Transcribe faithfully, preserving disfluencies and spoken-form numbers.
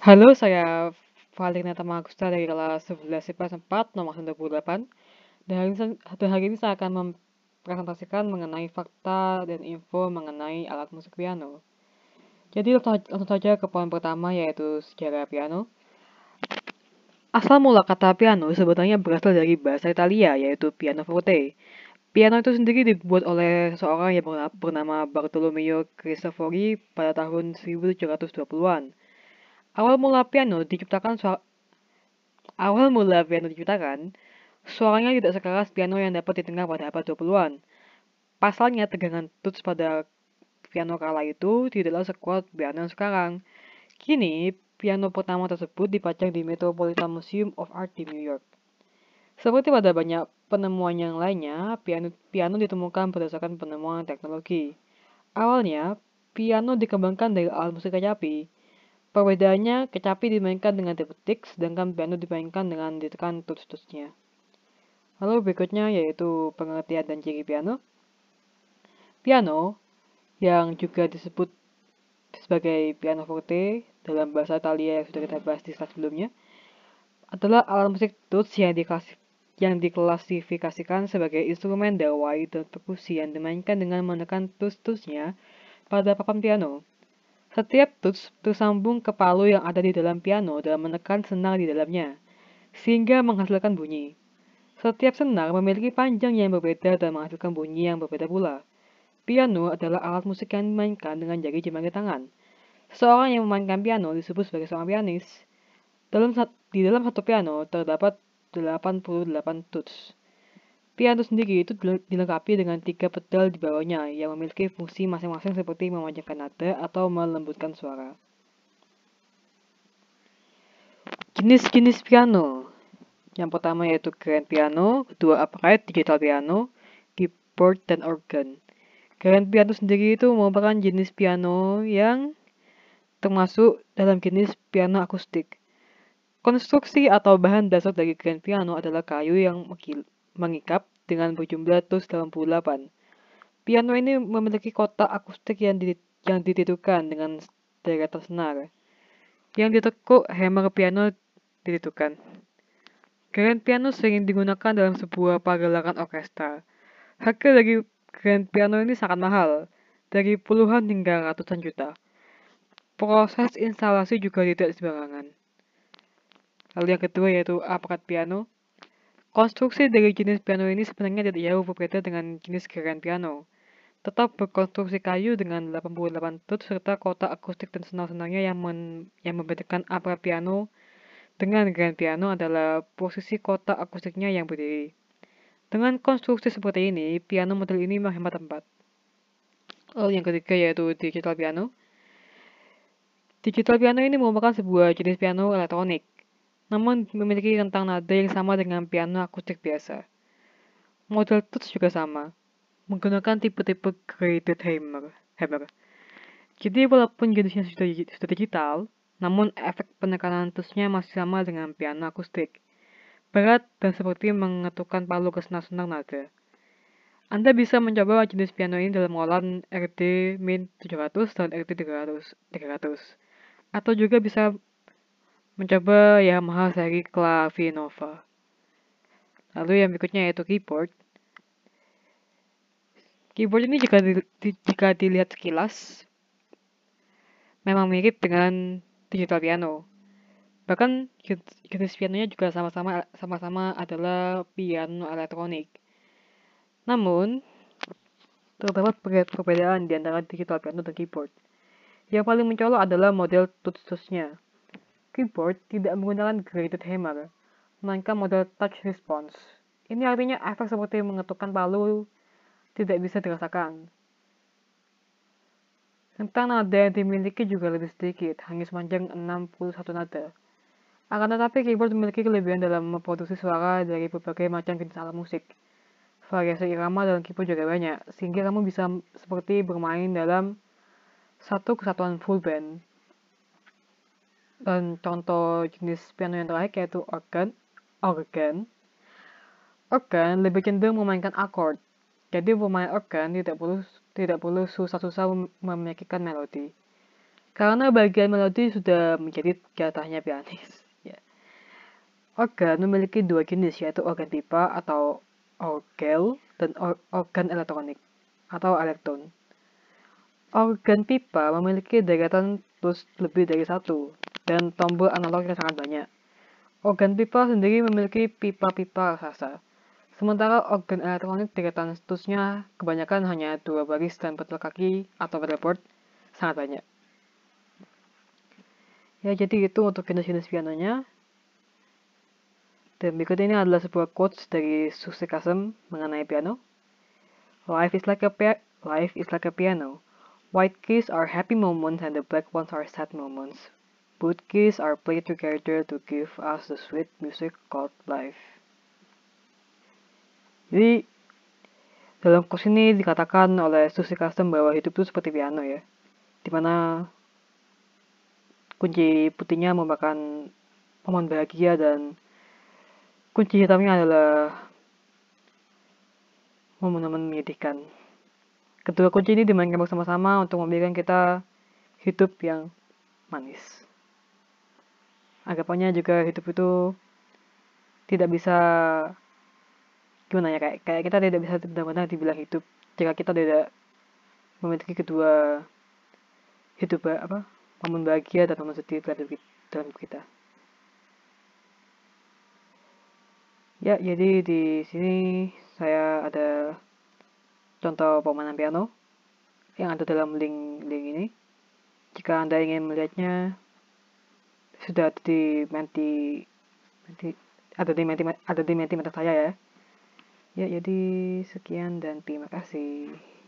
Halo, saya Valentina Tamagusta dari kelas sebelas I P S empat nomor satu puluh delapan. Dan hari ini, dan hari ini saya akan mempresentasikan mengenai fakta dan info mengenai alat musik piano. Jadi langsung langsung saja ke poin pertama yaitu sejarah piano. Asal mula kata piano sebetulnya berasal dari bahasa Italia yaitu pianoforte. Piano itu sendiri dibuat oleh seseorang yang bernama Bartolomeo Cristofori pada tahun seribu tujuh ratus dua puluhan. Awal mula piano diciptakan Awal mula piano diciptakan, suaranya tidak sekeras piano yang dapat didengar pada abad dua puluhan. Pasalnya, tegangan tuts pada piano kala itu tidaklah sekuat piano yang sekarang. Kini, piano pertama tersebut dipajang di Metropolitan Museum of Art di New York. Seperti pada banyak penemuan yang lainnya, piano, piano ditemukan berdasarkan penemuan teknologi. Awalnya, piano dikembangkan dari alat musik kecapi. Perbedaannya, kecapi dimainkan dengan depetik, sedangkan piano dimainkan dengan ditekan tuts-tutsnya. Lalu berikutnya yaitu pengertian dan ciri piano. Piano, yang juga disebut sebagai pianoforte dalam bahasa Italia yang sudah kita bahas di slide sebelumnya, adalah alat musik tuts yang, diklasif yang diklasifikasikan sebagai instrumen dawai dan perkusi yang dimainkan dengan menekan tuts-tutsnya pada papan piano. Setiap tuts tersambung ke palu yang ada di dalam piano dan menekan senar di dalamnya, sehingga menghasilkan bunyi. Setiap senar memiliki panjang yang berbeda dan menghasilkan bunyi yang berbeda pula. Piano adalah alat musik yang dimainkan dengan jari jemari tangan. Seorang yang memainkan piano disebut sebagai seorang pianis. Dalam di dalam satu piano terdapat delapan puluh delapan tuts. Piano sendiri itu dilengkapi dengan tiga pedal di bawahnya yang memiliki fungsi masing-masing seperti memanjangkan nada atau melembutkan suara. Jenis-jenis piano. Yang pertama yaitu grand piano, kedua upright digital piano, keyboard, dan organ. Grand piano sendiri itu merupakan jenis piano yang termasuk dalam jenis piano akustik. Konstruksi atau bahan dasar dari grand piano adalah kayu yang mengikap dengan berjumlah tuts delapan puluh delapan. Piano ini memiliki kotak akustik yang, yang dititukan dengan deretan senar. Yang ditekuk hammer piano dititukan. Grand piano sering digunakan dalam sebuah pagelaran orkestra. Harga dari grand piano ini sangat mahal, dari puluhan hingga ratusan juta. Proses instalasi juga tidak sembarangan. Lalu yang kedua yaitu upright piano. Konstruksi dari jenis piano ini sebenarnya tidak jauh berbeda dengan jenis grand piano. Tetap berkonstruksi kayu dengan delapan puluh delapan tuts serta kotak akustik dan senar-senarnya yang, men yang membedakan upright piano dengan grand piano adalah posisi kotak akustiknya yang berdiri. Dengan konstruksi seperti ini, piano model ini menghemat tempat. Lalu yang ketiga yaitu digital piano. Digital piano ini merupakan sebuah jenis piano elektronik, namun memiliki rentang nada yang sama dengan piano akustik biasa. Model tuts juga sama, menggunakan tipe-tipe graded hammer. hammer. Jadi walaupun jenisnya sudah, sudah digital, namun efek penekanan tutsnya masih sama dengan piano akustik. Berat dan seperti mengetukkan palu ke senar-senar nada. Anda bisa mencoba jenis piano ini dalam olahan R D Min tujuh ratus dan R D tiga ratus. Atau juga bisa mencoba Yamaha seri Clavinova. Lalu yang berikutnya yaitu keyboard. Keyboard ini jika, di, di, jika dilihat sekilas, memang mirip dengan digital piano. Bahkan jenis pianonya juga sama-sama sama-sama adalah piano elektronik. Namun, terdapat perbedaan di antara digital piano dan keyboard. Yang paling mencolok adalah model tuts-tutsnya. Keyboard tidak menggunakan graded hammer, melainkan model touch response. Ini artinya efek seperti mengetukkan palu tidak bisa dirasakan. Rentang nada yang dimiliki juga lebih sedikit, hanya sepanjang enam puluh satu nada. Akan tetapi keyboard memiliki kelebihan dalam memproduksi suara dari berbagai macam jenis alat musik. Variasi irama dalam keyboard juga banyak, sehingga kamu bisa seperti bermain dalam satu kesatuan full band. Dan contoh jenis piano yang terakhir yaitu organ. Organ. Organ lebih cenderung memainkan akord. Jadi pemain organ tidak perlu tidak perlu susah-susah memikirkan melodi. Karena bagian melodi sudah menjadi jatahnya pianis. Ya. Organ memiliki dua jenis, yaitu organ pipa atau orgel dan or organ elektronik atau elektron. Organ pipa memiliki deretan plus lebih dari satu dan tombol analog yang sangat banyak. Organ pipa sendiri memiliki pipa-pipa raksasa. Sementara organ elektronik deretan setusnya kebanyakan hanya dua baris dan pedal kaki atau pedalboard sangat banyak. Ya, jadi itu untuk jenis-jenis pianonya. Dan berikut ini adalah sebuah quotes dari Susie Kasem mengenai piano. Life is like a life is like a piano. White keys are happy moments and the black ones are sad moments. Both keys are played together to give us the sweet music called life. Jadi, dalam quotes ini dikatakan oleh Susie Custom bahwa hidup itu seperti piano ya. Dimana kunci putihnya merupakan momen bahagia dan kunci hitamnya adalah momen-momen menyedihkan. Kedua kunci ini dimainkan bersama-sama untuk memberikan kita hidup yang manis. Anggapannya juga hidup itu tidak bisa gimana ya, kayak kayak kita tidak bisa benar-benar dibilang hidup jika kita tidak memiliki kedua hidup apa momen bahagia dan momen sedih dalam hidup kita. Ya, jadi di sini saya ada contoh pemainan piano yang ada dalam link link ini. Jika Anda ingin melihatnya, sudah ada di menti, menti ada di menti ada di mentimeter saya ya. Ya, jadi sekian dan terima kasih.